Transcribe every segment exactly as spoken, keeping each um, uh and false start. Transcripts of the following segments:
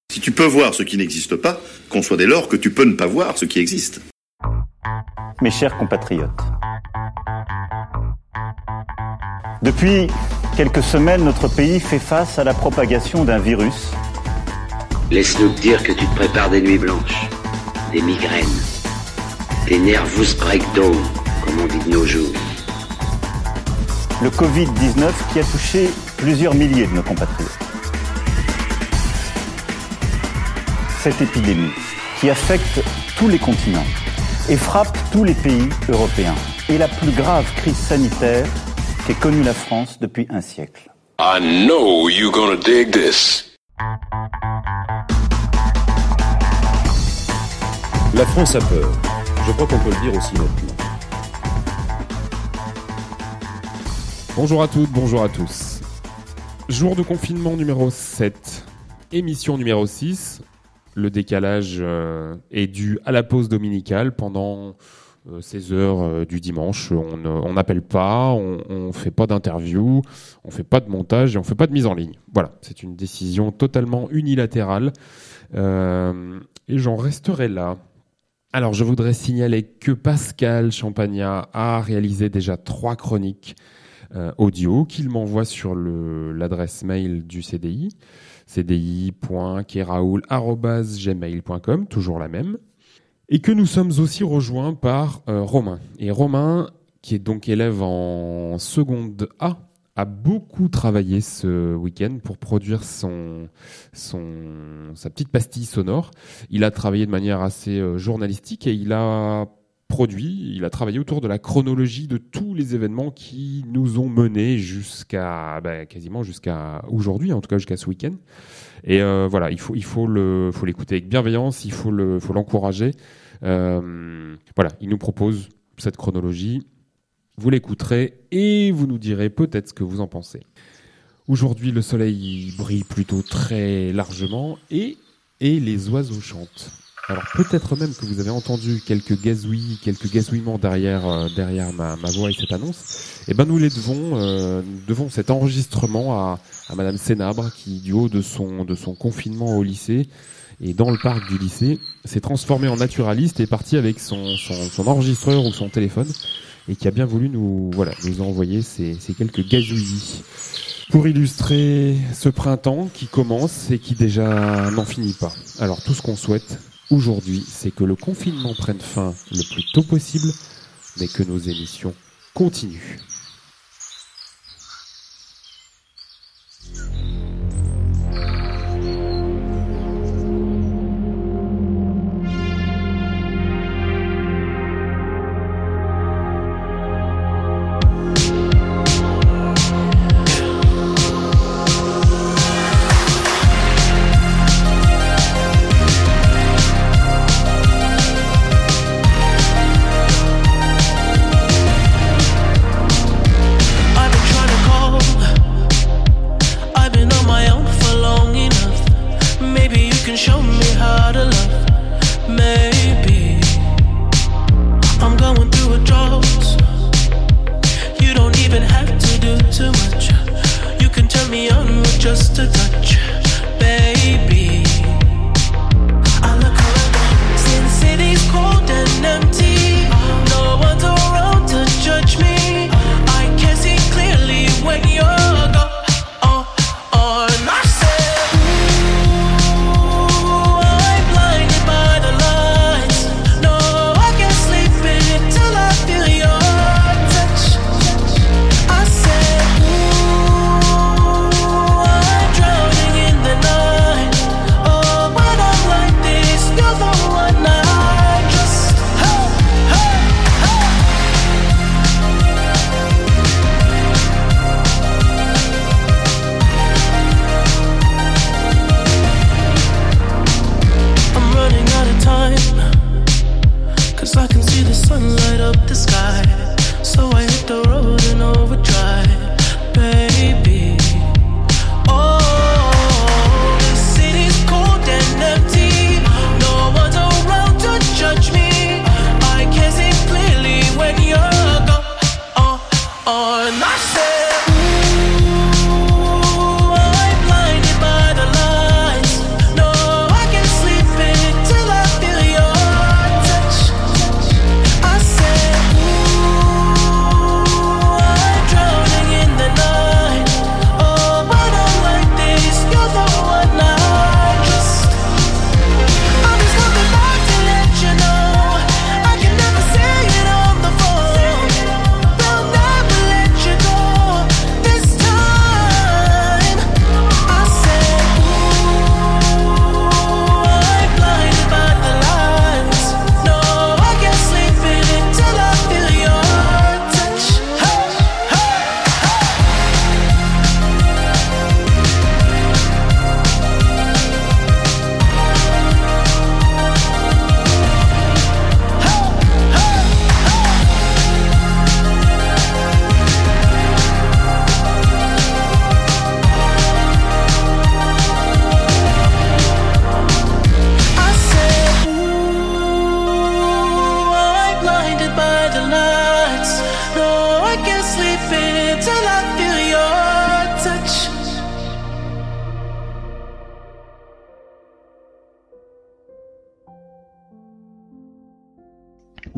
Si tu peux voir ce qui n'existe pas, conçois dès lors que tu peux ne pas voir ce qui existe. Mes chers compatriotes, depuis quelques semaines, notre pays fait face à la propagation d'un virus. Laisse-nous te dire que tu te prépares des nuits blanches, des migraines, des nervous breakdown, comme on dit de nos jours. Le covid dix-neuf qui a touché plusieurs milliers de nos compatriotes. Cette épidémie qui affecte tous les continents et frappe tous les pays européens est la plus grave crise sanitaire qu'ait connue la France depuis un siècle. I know you're gonna dig this. La France a peur. Je crois qu'on peut le dire aussi nettement. Bonjour à toutes, bonjour à tous. Jour de confinement numéro sept, émission numéro six. Le décalage euh, est dû à la pause dominicale pendant euh, ces heures euh, du dimanche. On n'appelle pas, on ne fait pas d'interview, on ne fait pas de montage et on ne fait pas de mise en ligne. Voilà, c'est une décision totalement unilatérale euh, et j'en resterai là. Alors, je voudrais signaler que Pascal Champagnat a réalisé déjà trois chroniques euh, audio qu'il m'envoie sur le, l'adresse mail du C D I. c d i point keraoul arobase gmail point com, toujours la même. Et que nous sommes aussi rejoints par euh, Romain. Et Romain, qui est donc élève en seconde A, a beaucoup travaillé ce week-end pour produire son, son, sa petite pastille sonore. Il a travaillé de manière assez euh, journalistique et il a produit, il a travaillé autour de la chronologie de tous les événements qui nous ont menés jusqu'à bah, quasiment jusqu'à aujourd'hui, en tout cas jusqu'à ce week-end. Et euh, voilà, il faut il faut le faut l'écouter avec bienveillance, il faut le faut l'encourager. Euh, voilà, il nous propose cette chronologie. Vous l'écouterez et vous nous direz peut-être ce que vous en pensez. Aujourd'hui, le soleil brille plutôt très largement et et les oiseaux chantent. Alors peut-être même que vous avez entendu quelques gazouillis, quelques gazouillements derrière euh, derrière ma, ma voix et cette annonce. Et ben nous les devons, euh, nous devons cet enregistrement à, à Madame Sénabre qui, du haut de son de son confinement au lycée et dans le parc du lycée, s'est transformée en naturaliste et est partie avec son, son son enregistreur ou son téléphone et qui a bien voulu nous voilà nous envoyer ces ces quelques gazouillis pour illustrer ce printemps qui commence et qui déjà n'en finit pas. Alors tout ce qu'on souhaite aujourd'hui, c'est que le confinement prenne fin le plus tôt possible, mais que nos émissions continuent. Blind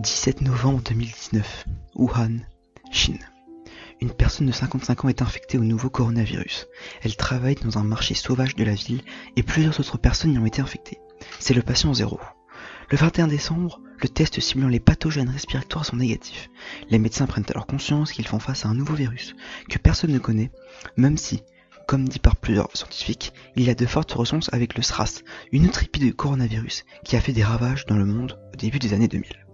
dix-sept novembre deux mille dix-neuf, Wuhan, Chine. Une personne de cinquante-cinq ans est infectée au nouveau coronavirus. Elle travaille dans un marché sauvage de la ville et plusieurs autres personnes y ont été infectées. C'est le patient zéro. Le vingt et un décembre, le test ciblant les pathogènes respiratoires sont négatifs. Les médecins prennent alors conscience qu'ils font face à un nouveau virus, que personne ne connaît, même si, comme dit par plusieurs scientifiques, il y a de fortes ressemblances avec le SRAS, une autre épidémie de coronavirus qui a fait des ravages dans le monde au début des années deux mille.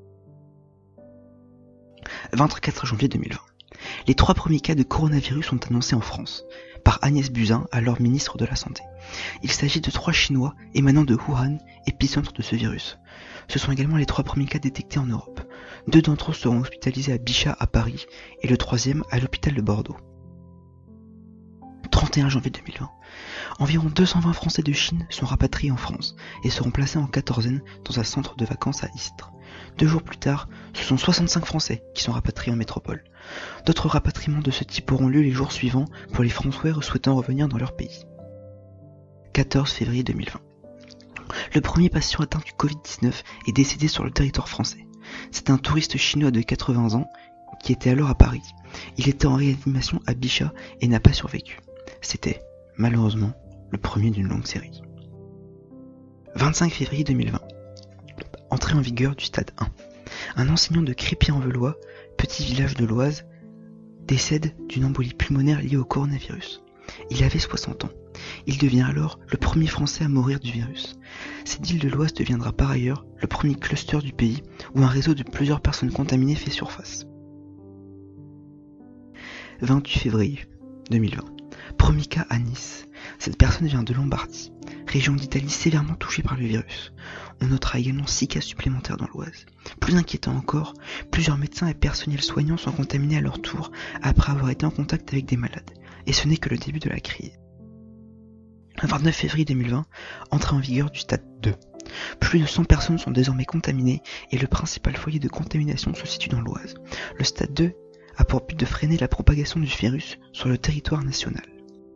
vingt-quatre janvier deux mille vingt. Les trois premiers cas de coronavirus sont annoncés en France, par Agnès Buzyn, alors ministre de la Santé. Il s'agit de trois Chinois émanant de Wuhan, épicentre de ce virus. Ce sont également les trois premiers cas détectés en Europe. Deux d'entre eux seront hospitalisés à Bichat à Paris et le troisième à l'hôpital de Bordeaux. trente et un janvier deux mille vingt. Environ deux cent vingt Français de Chine sont rapatriés en France et seront placés en quatorzaine dans un centre de vacances à Istres. Deux jours plus tard, ce sont soixante-cinq Français qui sont rapatriés en métropole. D'autres rapatriements de ce type auront lieu les jours suivants pour les Français souhaitant revenir dans leur pays. quatorze février deux mille vingt. Le premier patient atteint du covid dix-neuf est décédé sur le territoire français. C'est un touriste chinois de quatre-vingts ans qui était alors à Paris. Il était en réanimation à Bichat et n'a pas survécu. C'était, malheureusement, le premier d'une longue série. vingt-cinq février deux mille vingt. Entrée en vigueur du stade un. Un enseignant de Crépy-en-Velois, petit village de l'Oise, décède d'une embolie pulmonaire liée au coronavirus. Il avait soixante ans. Il devient alors le premier Français à mourir du virus. Cette île de l'Oise deviendra par ailleurs le premier cluster du pays où un réseau de plusieurs personnes contaminées fait surface. vingt-huit février deux mille vingt. Premier cas à Nice. Cette personne vient de Lombardie, région d'Italie sévèrement touchée par le virus. On notera également six cas supplémentaires dans l'Oise. Plus inquiétant encore, plusieurs médecins et personnels soignants sont contaminés à leur tour après avoir été en contact avec des malades. Et ce n'est que le début de la crise. vingt-neuf février deux mille vingt, entrée en vigueur du stade deux. Plus de cent personnes sont désormais contaminées et le principal foyer de contamination se situe dans l'Oise. Le stade deux a pour but de freiner la propagation du virus sur le territoire national.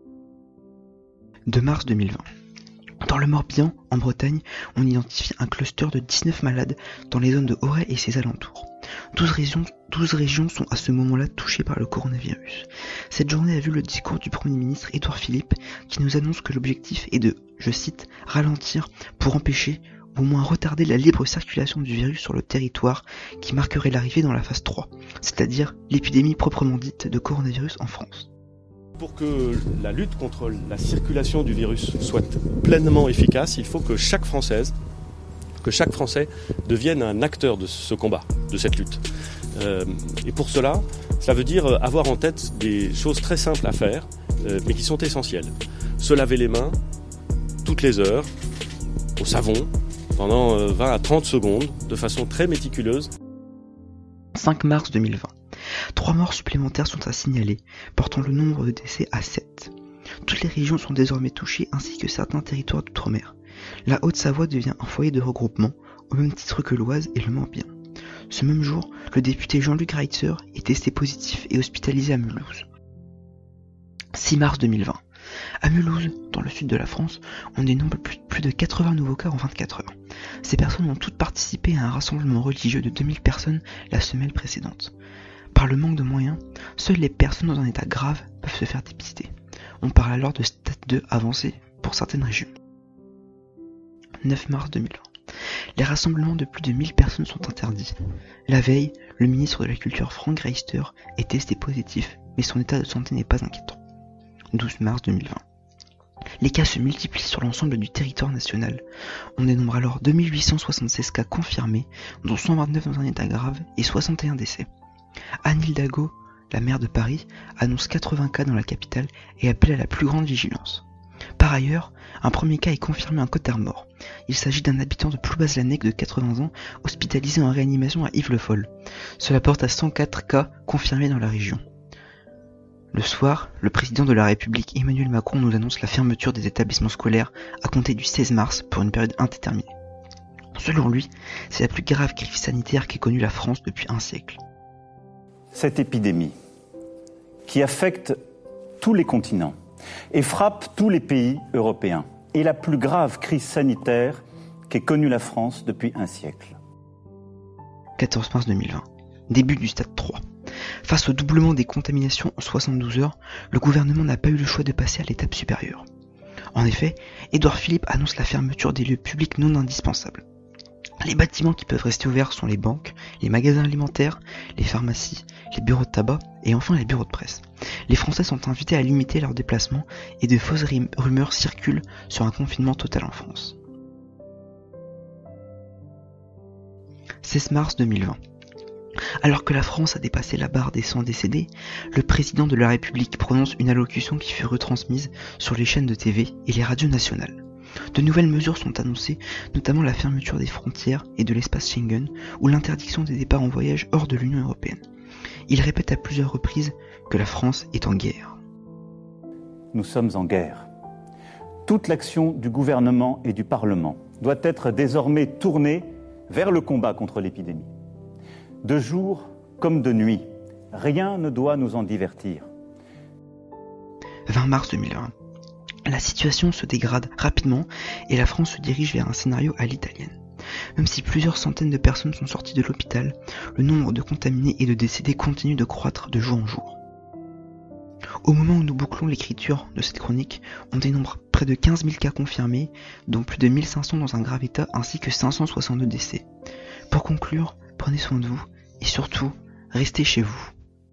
deux mars deux mille vingt. Dans le Morbihan, en Bretagne, on identifie un cluster de dix-neuf malades dans les zones de Auray et ses alentours. douze régions, douze régions sont à ce moment-là touchées par le coronavirus. Cette journée a vu le discours du Premier ministre Édouard Philippe qui nous annonce que l'objectif est de, je cite, ralentir pour empêcher ou au moins retarder la libre circulation du virus sur le territoire qui marquerait l'arrivée dans la phase trois, c'est-à-dire l'épidémie proprement dite de coronavirus en France. Pour que la lutte contre la circulation du virus soit pleinement efficace, il faut que chaque Française, que chaque Français devienne un acteur de ce combat, de cette lutte. Euh, et pour cela, cela veut dire avoir en tête des choses très simples à faire, euh, mais qui sont essentielles. Se laver les mains toutes les heures, au savon, pendant vingt à trente secondes, de façon très méticuleuse. cinq mars deux mille vingt. Trois morts supplémentaires sont à signaler, portant le nombre de décès à sept. Toutes les régions sont désormais touchées ainsi que certains territoires d'outre-mer. La Haute-Savoie devient un foyer de regroupement, au même titre que l'Oise et le Morbihan. Ce même jour, le député Jean-Luc Reitzer est testé positif et hospitalisé à Mulhouse. six mars deux mille vingt. À Mulhouse, dans le sud de la France, on dénombre plus, plus de quatre-vingts nouveaux cas en vingt-quatre heures. Ces personnes ont toutes participé à un rassemblement religieux de deux mille personnes la semaine précédente. Par le manque de moyens, seules les personnes dans un état grave peuvent se faire dépister. On parle alors de stade deux avancé pour certaines régions. neuf mars deux mille vingt. Les rassemblements de plus de mille personnes sont interdits. La veille, le ministre de la Culture Franck Reister est testé positif, mais son état de santé n'est pas inquiétant. douze mars deux mille vingt. Les cas se multiplient sur l'ensemble du territoire national. On dénombre alors deux mille huit cent soixante-seize cas confirmés, dont cent vingt-neuf dans un état grave et soixante et un décès. Anne Hidalgo, la maire de Paris, annonce quatre-vingts cas dans la capitale et appelle à la plus grande vigilance. Par ailleurs, un premier cas est confirmé en Côte d'Armor. Il s'agit d'un habitant de Ploubaz-Lanec de quatre-vingts ans, hospitalisé en réanimation à Yves-le-Foll. Cela porte à cent quatre cas confirmés dans la région. Le soir, le président de la République Emmanuel Macron nous annonce la fermeture des établissements scolaires à compter du seize mars pour une période indéterminée. Selon lui, c'est la plus grave crise sanitaire qu'ait connue la France depuis un siècle. Cette épidémie, qui affecte tous les continents et frappe tous les pays européens, est la plus grave crise sanitaire qu'ait connue la France depuis un siècle. quatorze mars deux mille vingt. Début du stade trois. Face au doublement des contaminations en soixante-douze heures, le gouvernement n'a pas eu le choix de passer à l'étape supérieure. En effet, Édouard Philippe annonce la fermeture des lieux publics non indispensables. Les bâtiments qui peuvent rester ouverts sont les banques, les magasins alimentaires, les pharmacies, les bureaux de tabac et enfin les bureaux de presse. Les Français sont invités à limiter leurs déplacements et de fausses rumeurs circulent sur un confinement total en France. seize mars deux mille vingt. Alors que la France a dépassé la barre des cent décédés, le président de la République prononce une allocution qui fut retransmise sur les chaînes de T V et les radios nationales. De nouvelles mesures sont annoncées, notamment la fermeture des frontières et de l'espace Schengen ou l'interdiction des départs en voyage hors de l'Union européenne. Il répète à plusieurs reprises que la France est en guerre. Nous sommes en guerre. Toute l'action du gouvernement et du Parlement doit être désormais tournée vers le combat contre l'épidémie. De jour comme de nuit, rien ne doit nous en divertir. vingt mars deux mille vingt. La situation se dégrade rapidement et la France se dirige vers un scénario à l'italienne. Même si plusieurs centaines de personnes sont sorties de l'hôpital, le nombre de contaminés et de décédés continue de croître de jour en jour. Au moment où nous bouclons l'écriture de cette chronique, on dénombre près de quinze mille cas confirmés, dont plus de mille cinq cents dans un grave état ainsi que cinq cent soixante-deux décès. Pour conclure, prenez soin de vous et surtout, restez chez vous.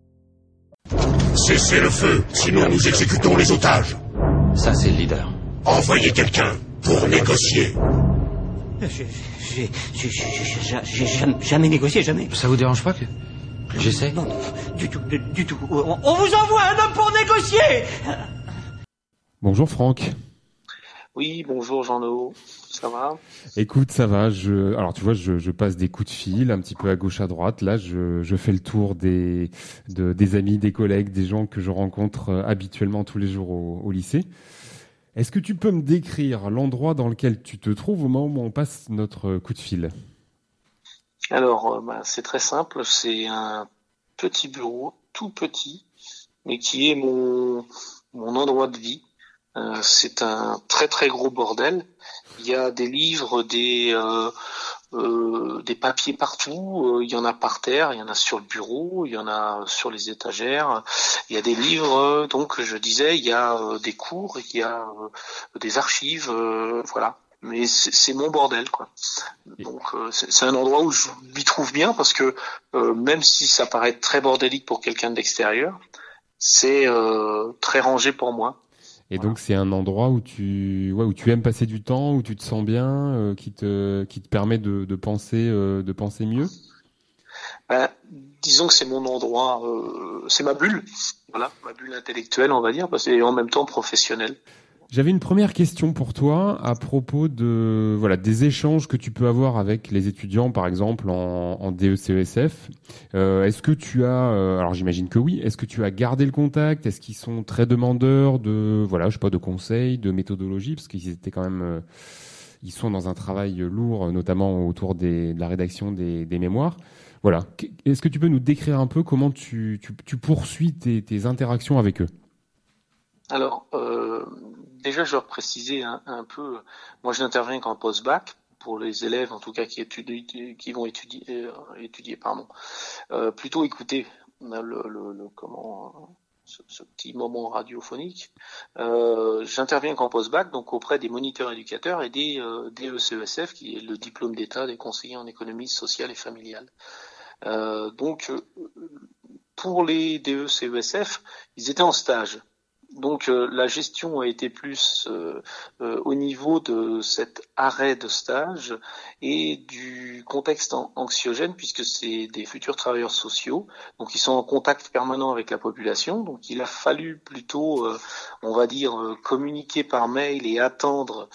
Cessez le feu, sinon nous exécutons les otages. Ça, c'est le leader. Envoyez quelqu'un pour négocier. J'ai, j'ai, j'ai, j'ai, j'ai jamais, jamais négocié, jamais. Ça vous dérange pas que j'essaie? Non, non, du tout, du, du tout. On, on vous envoie un homme pour négocier. Bonjour Franck. Oui, bonjour Jean-Noël, ça va? Écoute, ça va. Je, alors tu vois, je, je passe des coups de fil un petit peu à gauche à droite. Là, je, je fais le tour des, de, des amis, des collègues, des gens que je rencontre habituellement tous les jours au, au lycée. Est-ce que tu peux me décrire l'endroit dans lequel tu te trouves au moment où on passe notre coup de fil? Alors, euh, bah, c'est très simple. C'est un petit bureau, tout petit, mais qui est mon, mon endroit de vie. Euh, c'est un très très gros bordel. Il y a des livres, des euh, euh, des papiers partout. Euh, il y en a par terre, il y en a sur le bureau, il y en a sur les étagères. Il y a des livres. Euh, donc je disais, il y a euh, des cours, il y a euh, des archives. Euh, voilà. Mais c'est, c'est mon bordel, quoi. Donc euh, c'est, c'est un endroit où je m'y trouve bien parce que euh, même si ça paraît très bordélique pour quelqu'un de l'extérieur, c'est euh, très rangé pour moi. Et donc c'est un endroit où tu, ouais, où tu aimes passer du temps, où tu te sens bien, euh, qui te, qui te permet de, de penser, euh, de penser mieux. Ben, disons que c'est mon endroit, euh, c'est ma bulle, voilà, ma bulle intellectuelle, on va dire, parce que en même temps professionnelle. J'avais une première question pour toi à propos de voilà des échanges que tu peux avoir avec les étudiants, par exemple en, en D E C E S F. Euh, est-ce que tu as, euh, alors j'imagine que oui, est-ce que tu as gardé le contact? Est-ce qu'ils sont très demandeurs de voilà, je sais pas, de conseils, de méthodologie, parce qu'ils étaient quand même, euh, ils sont dans un travail lourd, notamment autour des, de la rédaction des, des mémoires. Voilà. Est-ce que tu peux nous décrire un peu comment tu, tu, tu poursuis tes, tes interactions avec eux? Alors, euh, déjà, je dois préciser un, un peu. Moi, je n'interviens qu'en post-bac pour les élèves, en tout cas, qui étudient, qui vont étudier, euh, étudier, pardon. Euh, plutôt écouter le, le, le comment, ce, ce petit moment radiophonique. Euh, j'interviens qu'en post-bac, donc auprès des moniteurs éducateurs et des euh, D E C E S F, qui est le diplôme d'État des conseillers en économie sociale et familiale. Euh, donc, pour les D E C E S F, ils étaient en stage. Donc euh, la gestion a été plus euh, euh, au niveau de cet arrêt de stage et du contexte an- anxiogène, puisque c'est des futurs travailleurs sociaux, donc ils sont en contact permanent avec la population, donc il a fallu plutôt, euh, on va dire, euh, communiquer par mail et attendre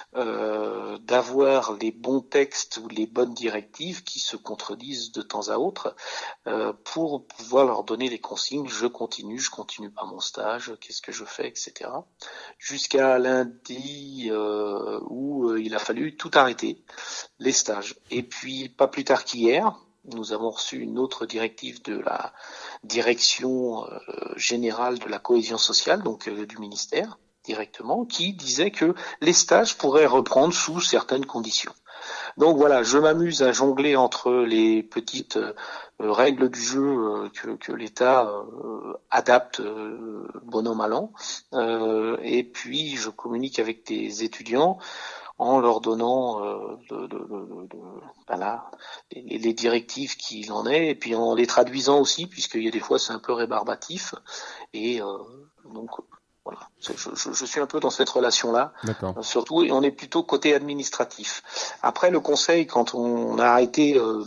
euh, d'avoir les bons textes ou les bonnes directives qui se contredisent de temps à autre euh, pour pouvoir leur donner les consignes, je continue, je continue pas mon stage, qu'est-ce que je fais, et cetera. Jusqu'à lundi euh, où euh, il a fallu tout arrêter, les stages. Et puis, pas plus tard qu'hier, nous avons reçu une autre directive de la direction euh, générale de la cohésion sociale, donc euh, du ministère, directement, qui disait que les stages pourraient reprendre sous certaines conditions. Donc voilà, je m'amuse à jongler entre les petites euh, règles du jeu euh, que, que l'État euh, adapte euh, bon an mal an, euh, et puis je communique avec des étudiants en leur donnant euh, de, de, de, de, voilà, les, les directives qu'il en est, et puis en les traduisant aussi, puisqu'il y a des fois c'est un peu rébarbatif, et euh, donc voilà, je, je, je suis un peu dans cette relation-là, D'accord. Euh, surtout, et on est plutôt côté administratif. Après le conseil, quand on a arrêté, euh,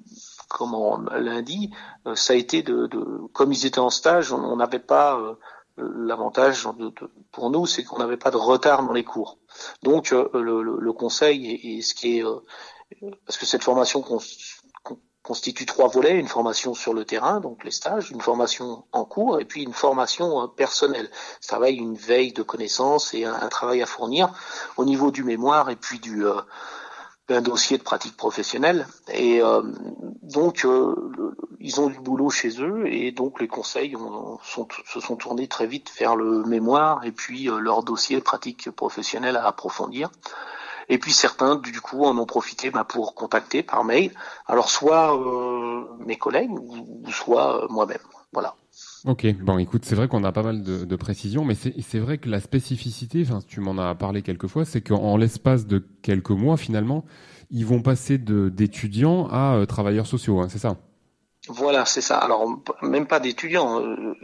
comment lundi, euh, ça a été de, de, comme ils étaient en stage, on n'avait pas euh, l'avantage de, de, pour nous, c'est qu'on n'avait pas de retard dans les cours. Donc euh, le, le, le conseil et, et ce qui est, euh, parce que cette formation con, con, constitue trois volets, une formation sur le terrain, donc les stages, une formation en cours, et puis une formation euh, personnelle. Ça travaille une veille de connaissances et un, un travail à fournir au niveau du mémoire et puis du euh, d'un dossier de pratique professionnelle. Et euh, donc euh, le, ils ont du boulot chez eux, et donc les conseils ont, sont, se sont tournés très vite vers le mémoire et puis euh, leur dossier de pratique professionnelle à approfondir. Et puis certains, du coup, en ont profité bah, pour contacter par mail, alors soit euh, mes collègues, ou soit euh, moi-même. Voilà. Ok, bon écoute, c'est vrai qu'on a pas mal de, de précisions, mais c'est, c'est vrai que la spécificité, enfin tu m'en as parlé quelques fois, c'est qu'en l'espace de quelques mois, finalement, ils vont passer de, d'étudiants à euh, travailleurs sociaux, hein, c'est ça ? Voilà, c'est ça. Alors, même pas d'étudiants. Euh,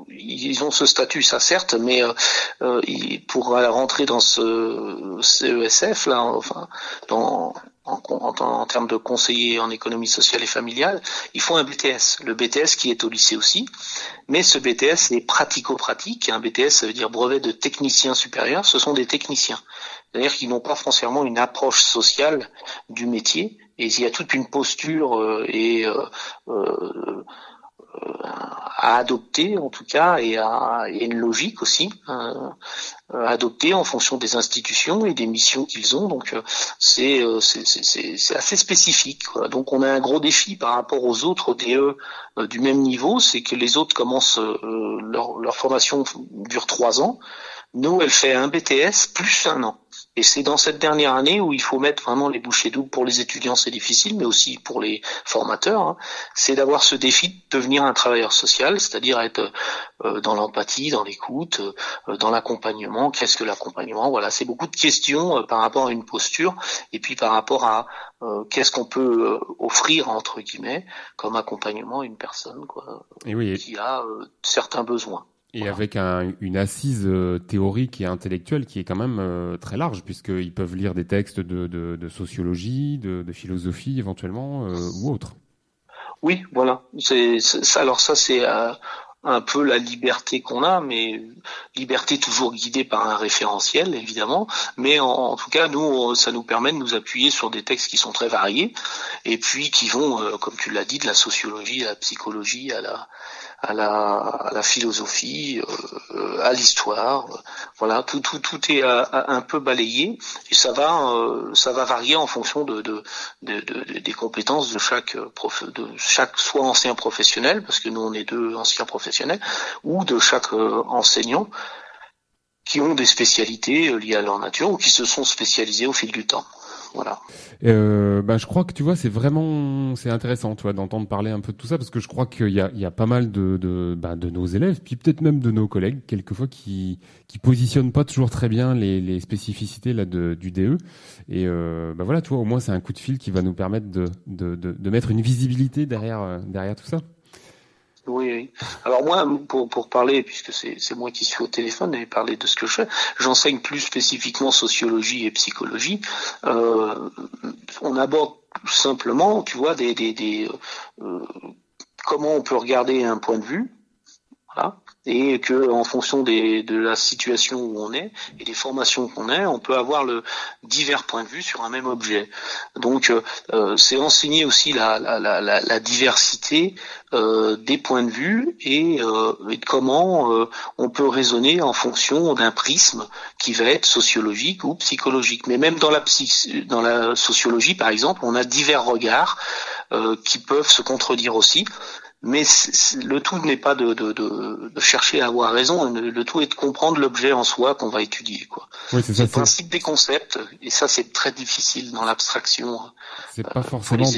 ils ont ce statut, ça certes, mais euh, euh, ils, pour rentrer dans ce C E S F, là, enfin, dans, en, en, en termes de conseiller en économie sociale et familiale, il faut un B T S. Le B T S qui est au lycée aussi, mais ce B T S est pratico-pratique. Un B T S, ça veut dire brevet de technicien supérieur. Ce sont des techniciens. C'est-à-dire qu'ils n'ont pas forcément une approche sociale du métier, et il y a toute une posture euh, et euh, euh, à adopter en tout cas, et, à, et une logique aussi euh, à adopter en fonction des institutions et des missions qu'ils ont. Donc euh, c'est, euh, c'est, c'est, c'est assez spécifique, quoi. Donc on a un gros défi par rapport aux autres D E euh, du même niveau, c'est que les autres commencent euh, leur, leur formation dure trois ans. Nous, elle fait un B T S plus un an. Et c'est dans cette dernière année où il faut mettre vraiment les bouchées doubles. Pour les étudiants, c'est difficile, mais aussi pour les formateurs, hein. C'est d'avoir ce défi de devenir un travailleur social, c'est-à-dire être euh, dans l'empathie, dans l'écoute, euh, dans l'accompagnement. Qu'est-ce que l'accompagnement ? Voilà, c'est beaucoup de questions euh, par rapport à une posture, et puis par rapport à euh, qu'est-ce qu'on peut euh, offrir, entre guillemets, comme accompagnement à une personne, quoi, et oui, et... qui a euh, certains besoins. Et voilà. Avec un, une assise euh, théorique et intellectuelle qui est quand même euh, très large, puisqu'ils peuvent lire des textes de, de, de sociologie, de, de philosophie éventuellement, euh, ou autre. Oui, voilà. C'est, c'est, alors ça, c'est euh, un peu la liberté qu'on a, mais liberté toujours guidée par un référentiel, évidemment. Mais en, en tout cas, nous, ça nous permet de nous appuyer sur des textes qui sont très variés, et puis qui vont, euh, comme tu l'as dit, de la sociologie à la psychologie, à la à la, à la philosophie, euh, à l'histoire, euh, voilà, tout, tout, tout est à, à un peu balayé, et ça va, euh, ça va varier en fonction de, de, de, de des compétences de chaque prof, de chaque soit ancien professionnel, parce que nous on est deux anciens professionnels, ou de chaque euh, enseignant qui ont des spécialités liées à leur nature ou qui se sont spécialisés au fil du temps. Voilà. Euh, bah, je crois que tu vois, c'est vraiment, c'est intéressant, tu vois, d'entendre parler un peu de tout ça, parce que je crois qu'il y a, il y a pas mal de, de, bah, de nos élèves, puis peut-être même de nos collègues, quelquefois, qui, qui positionnent pas toujours très bien les, les spécificités là de, du D E. Et euh, bah voilà, tu vois, au moins c'est un coup de fil qui va nous permettre de, de, de, de mettre une visibilité derrière, derrière tout ça. Oui, oui. Alors moi, pour, pour parler, puisque c'est, c'est moi qui suis au téléphone et parler de ce que je fais, j'enseigne plus spécifiquement sociologie et psychologie. Euh, on aborde tout simplement, tu vois, des, des, des euh, comment on peut regarder un point de vue, voilà, et que en fonction des, de la situation où on est et des formations qu'on a, on peut avoir le divers points de vue sur un même objet. Donc euh, c'est enseigner aussi la, la, la, la diversité euh, des points de vue et, euh, et de comment euh, on peut raisonner en fonction d'un prisme qui va être sociologique ou psychologique. Mais même dans la psy, dans la sociologie, par exemple, on a divers regards euh, qui peuvent se contredire aussi. Mais c'est, c'est, le tout n'est pas de, de, de, de chercher à avoir raison. Le, le tout est de comprendre l'objet en soi qu'on va étudier, quoi. Oui, c'est, c'est ça, le principe des concepts, et ça c'est très difficile dans l'abstraction. C'est pas euh, forcément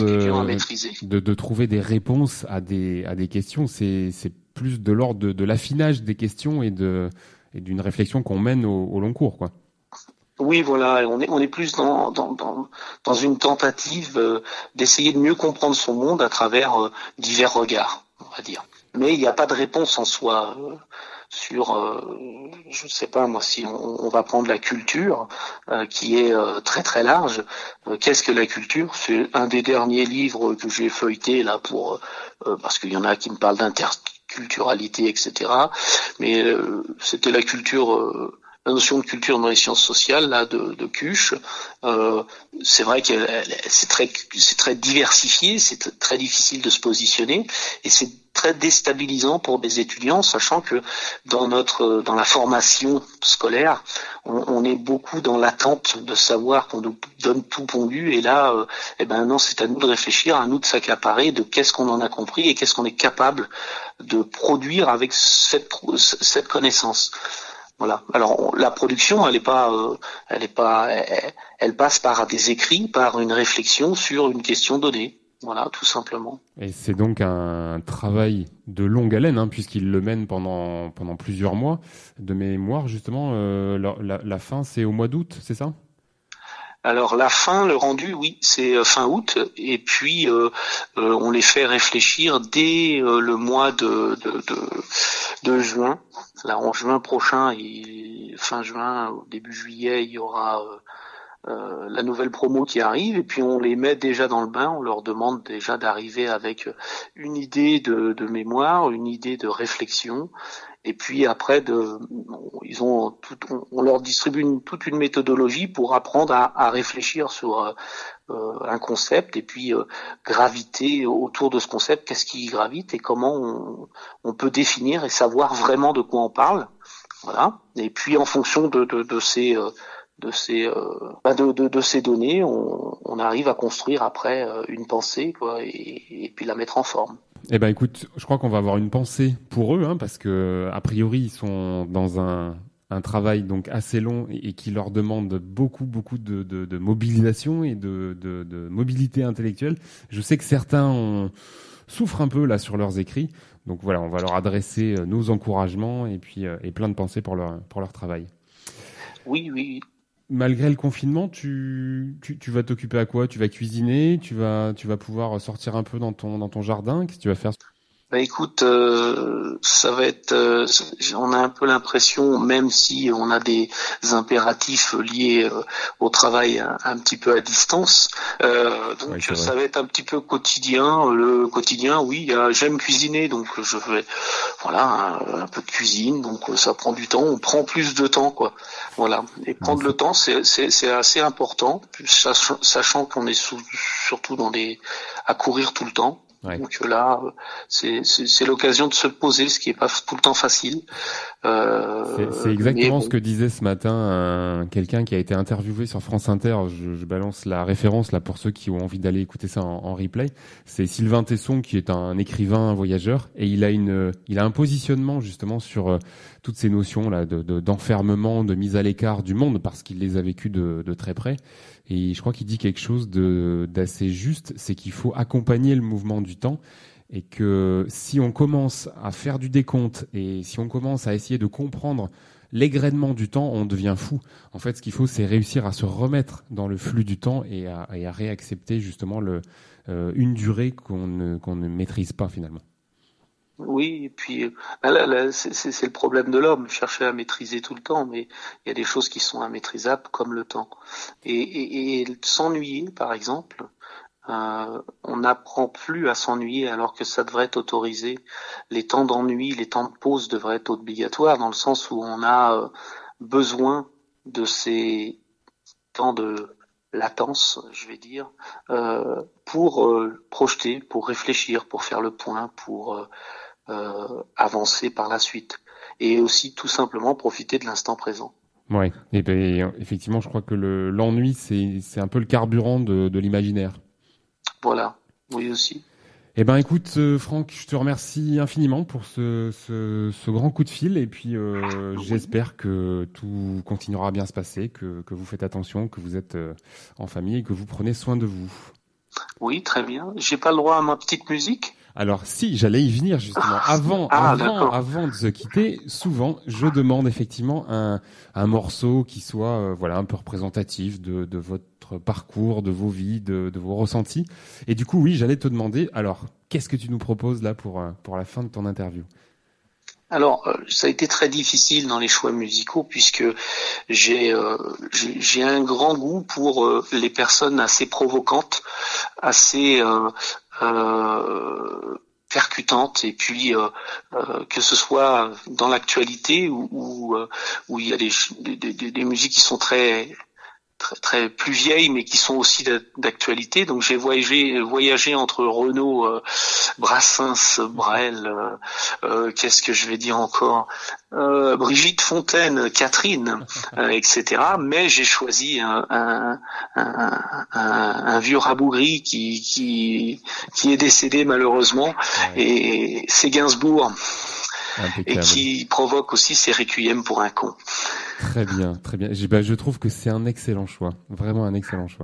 de, de, de trouver des réponses à des, à des questions. C'est, c'est plus de l'ordre de, de l'affinage des questions et de, et d'une réflexion qu'on mène au, au long cours, quoi. Oui, voilà, on est on est plus dans dans dans, dans une tentative euh, d'essayer de mieux comprendre son monde à travers euh, divers regards, on va dire. Mais il n'y a pas de réponse en soi euh, sur, euh, je ne sais pas moi, si on, on va prendre la culture, euh, qui est euh, très très large. Euh, qu'est-ce que la culture ? C'est un des derniers livres que j'ai feuilleté là pour euh, parce qu'il y en a qui me parlent d'interculturalité, et cetera. Mais euh, c'était la culture. Euh, La notion de culture dans les sciences sociales, là, de, de Cuche, euh, c'est vrai que c'est très, c'est très diversifié, c'est t- très difficile de se positionner, et c'est très déstabilisant pour des étudiants, sachant que dans notre, dans la formation scolaire, on, on est beaucoup dans l'attente de savoir qu'on nous donne tout pondu, et là, euh, eh ben non, c'est à nous de réfléchir, à nous de s'accaparer de qu'est-ce qu'on en a compris et qu'est-ce qu'on est capable de produire avec cette, cette connaissance. Voilà. Alors on, la production, elle est pas, euh, elle est pas, elle, elle passe par des écrits, par une réflexion sur une question donnée. Voilà, tout simplement. Et c'est donc un travail de longue haleine, hein, puisqu'il le mène pendant pendant plusieurs mois. De mémoire, justement, euh, la, la, la fin, c'est au mois d'août, c'est ça ? Alors la fin, le rendu, oui, c'est fin août, et puis euh, euh, on les fait réfléchir dès euh, le mois de, de, de, de juin. Là, en juin prochain, et fin juin, au début juillet, il y aura euh, euh, la nouvelle promo qui arrive, et puis on les met déjà dans le bain, on leur demande déjà d'arriver avec une idée de, de mémoire, une idée de réflexion. Et puis après, de, ils ont tout, on, on leur distribue une, toute une méthodologie pour apprendre à, à réfléchir sur euh, un concept et puis euh, graviter autour de ce concept. Qu'est-ce qui gravite et comment on, on peut définir et savoir vraiment de quoi on parle. Voilà. Et puis en fonction de, de, de ces de ces euh, de, de, de ces données, on, on arrive à construire après une pensée, quoi, et, et puis la mettre en forme. Eh ben écoute, je crois qu'on va avoir une pensée pour eux, hein, parce que a priori ils sont dans un, un travail donc assez long et, et qui leur demande beaucoup beaucoup de, de, de mobilisation et de, de, de mobilité intellectuelle. Je sais que certains ont, souffrent un peu là sur leurs écrits, donc voilà, on va leur adresser nos encouragements et puis et plein de pensées pour leur pour leur travail. Oui, oui. Malgré le confinement, tu, tu, tu vas t'occuper à quoi ? Tu vas cuisiner ? Tu vas, tu vas pouvoir sortir un peu dans ton, dans ton jardin ? Qu'est-ce que tu vas faire ? Bah écoute, euh, ça va être, euh, on a un peu l'impression, même si on a des impératifs liés euh, au travail un, un petit peu à distance, euh, donc oui, ça va être un petit peu quotidien. Le quotidien, oui, euh, j'aime cuisiner, donc je fais, voilà, un, un peu de cuisine, donc ça prend du temps, on prend plus de temps, quoi. Voilà, et prendre le temps, c'est, c'est, c'est assez important, sachant, sachant qu'on est sous, surtout dans des, à courir tout le temps. Ouais. Donc là, c'est, c'est, c'est l'occasion de se poser, ce qui est pas tout le temps facile. Euh, c'est, c'est exactement bon. Ce que disait ce matin un, quelqu'un qui a été interviewé sur France Inter. Je, je balance la référence là pour ceux qui ont envie d'aller écouter ça en, en replay. C'est Sylvain Tesson qui est un écrivain, un voyageur, et il a une, il a un positionnement justement sur euh, toutes ces notions là de, de, d'enfermement, de mise à l'écart du monde parce qu'il les a vécues de, de très près. Et je crois qu'il dit quelque chose de, d'assez juste, c'est qu'il faut accompagner le mouvement du temps et que si on commence à faire du décompte et si on commence à essayer de comprendre l'égrenement du temps, on devient fou. En fait, ce qu'il faut, c'est réussir à se remettre dans le flux du temps et à, et à réaccepter justement le, euh, une durée qu'on ne, qu'on ne maîtrise pas finalement. Oui, et puis là, là, c'est, c'est, c'est le problème de l'homme, chercher à maîtriser tout le temps, mais il y a des choses qui sont immaîtrisables comme le temps. Et, et, et s'ennuyer, par exemple, euh, on n'apprend plus à s'ennuyer alors que ça devrait être autorisé. Les temps d'ennui, les temps de pause devraient être obligatoires dans le sens où on a euh, besoin de ces temps de latence, je vais dire, euh, pour euh, projeter, pour réfléchir, pour faire le point, pour euh, Euh, avancer par la suite et aussi tout simplement profiter de l'instant présent. Ouais, et ben effectivement, je crois que le l'ennui c'est c'est un peu le carburant de de l'imaginaire. Voilà, oui aussi. Eh ben, écoute, euh, Franck, je te remercie infiniment pour ce, ce, ce grand coup de fil. Et puis, euh, j'espère que tout continuera à bien se passer, que, que vous faites attention, que vous êtes euh, en famille et que vous prenez soin de vous. Oui, très bien. J'ai pas le droit à ma petite musique? Alors, si, j'allais y venir justement. Avant, ah, avant, avant de se quitter, souvent, je demande effectivement un, un morceau qui soit, euh, voilà, un peu représentatif de, de votre parcours, de vos vies, de, de vos ressentis. Et du coup, oui, j'allais te demander, alors, qu'est-ce que tu nous proposes là pour, pour la fin de ton interview? Alors, euh, ça a été très difficile dans les choix musicaux puisque j'ai euh, j'ai, j'ai un grand goût pour euh, les personnes assez provocantes, assez euh, euh, percutantes, et puis euh, euh, que ce soit dans l'actualité ou où, euh, où il y a des, des, des, des musiques qui sont très très très plus vieilles mais qui sont aussi d'actualité. Donc j'ai voyagé voyagé entre Renaud, euh, Brassens, Brel, euh, euh, qu'est-ce que je vais dire encore, euh, Brigitte Fontaine, Catherine, euh, et cetera. Mais j'ai choisi un, un, un, un, un vieux rabougri qui qui qui est décédé malheureusement, ouais. Et c'est Gainsbourg. Impeccable. Et qui provoque aussi ses requiem pour un con. Très bien, très bien. Je, bah, je trouve que c'est un excellent choix, vraiment un excellent choix.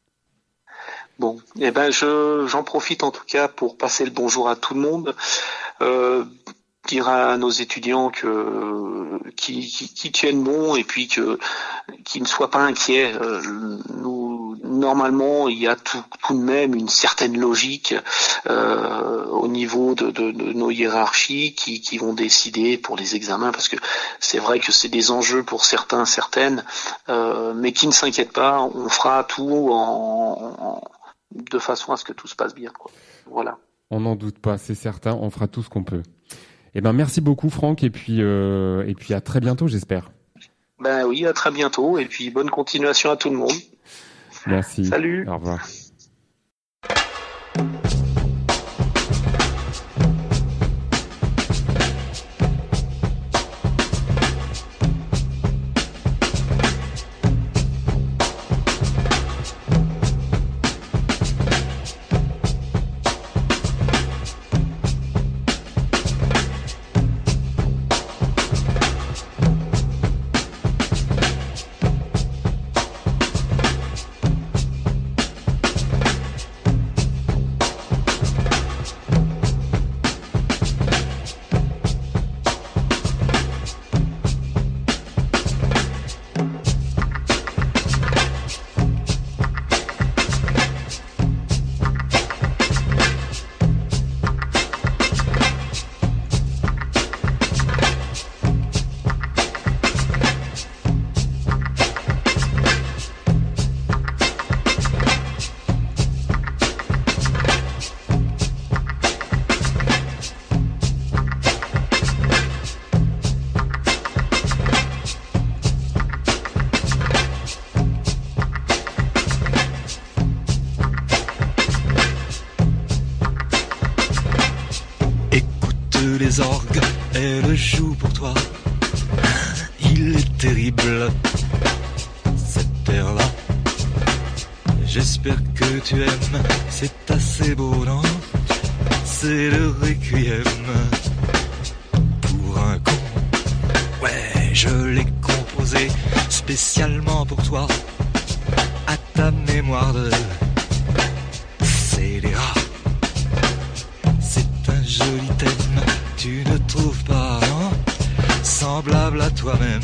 Bon, eh ben je j'en profite en tout cas pour passer le bonjour à tout le monde. Euh, dire à nos étudiants que qui, qui, qui tiennent bon et puis que qu'ils ne soient pas inquiets. Euh, nous normalement il y a tout, tout de même une certaine logique euh, au niveau de, de, de nos hiérarchies qui, qui vont décider pour les examens, parce que c'est vrai que c'est des enjeux pour certains, certaines, euh, mais qui ne s'inquiètent pas, on fera tout en, en de façon à ce que tout se passe bien, quoi. Voilà. On n'en doute pas, c'est certain, on fera tout ce qu'on peut. Eh ben, merci beaucoup, Franck, et puis, euh, et puis à très bientôt, j'espère. Ben oui, à très bientôt, et puis bonne continuation à tout le monde. Merci. Salut. Au revoir. Les orgues, elle joue pour toi. Il est terrible, cette terre-là. J'espère que tu aimes, c'est assez beau, non? C'est le requiem pour un con. Ouais, je l'ai composé spécialement pour toi, à ta mémoire de scélérat. C'est un joli thème. Tu ne trouves pas, non? Semblable à toi-même,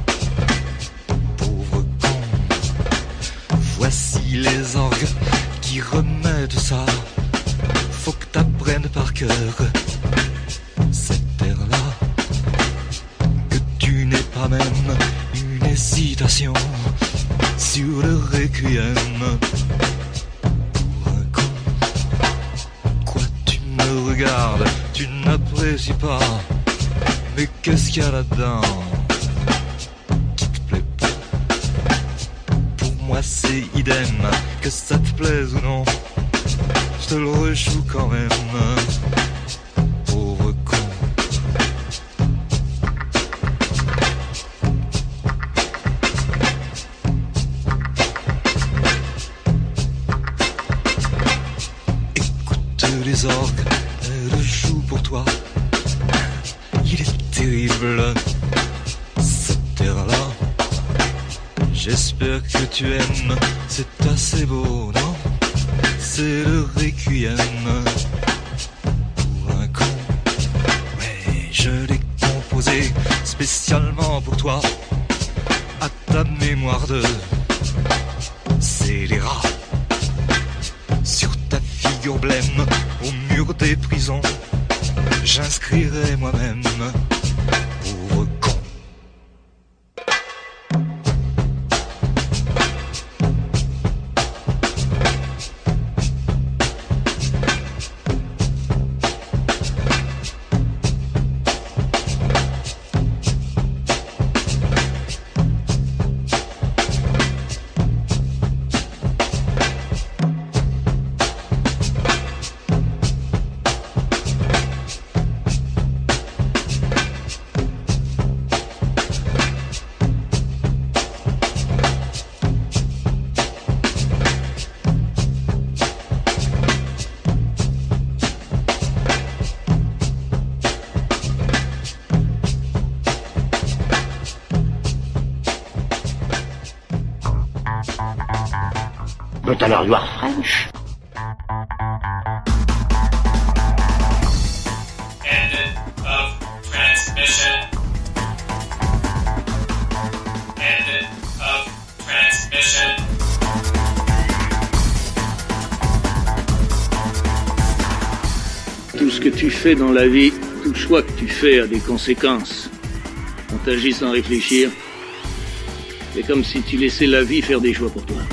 pauvre con. Voici les orgues qui remettent ça. Faut que t'apprennes par cœur cette terre-là, que tu n'aies pas même une hésitation sur le requiem pour un con. Quoi, tu me regardes? Tu n'apprécies pas, mais qu'est-ce qu'il y a là-dedans qui te plaît pas? Pour moi c'est idem, que ça te plaise ou non, je te le rejoue quand même, pauvre con. Écoute toutes les orques, elle joue pour toi. Il est terrible, cette terre-là. J'espère que tu aimes, c'est assez beau, non? C'est le requiem pour un con. Mais je l'ai composé spécialement pour toi, à ta mémoire de scélérat. Sur ta figure blême, au mur des prisons, j'inscrirai moi-même pauvre con. But alors you are French. End of transmission. End of transmission. Tout ce que tu fais dans la vie, tout choix que tu fais a des conséquences. On t'agit sans réfléchir. C'est comme si tu laissais la vie faire des choix pour toi.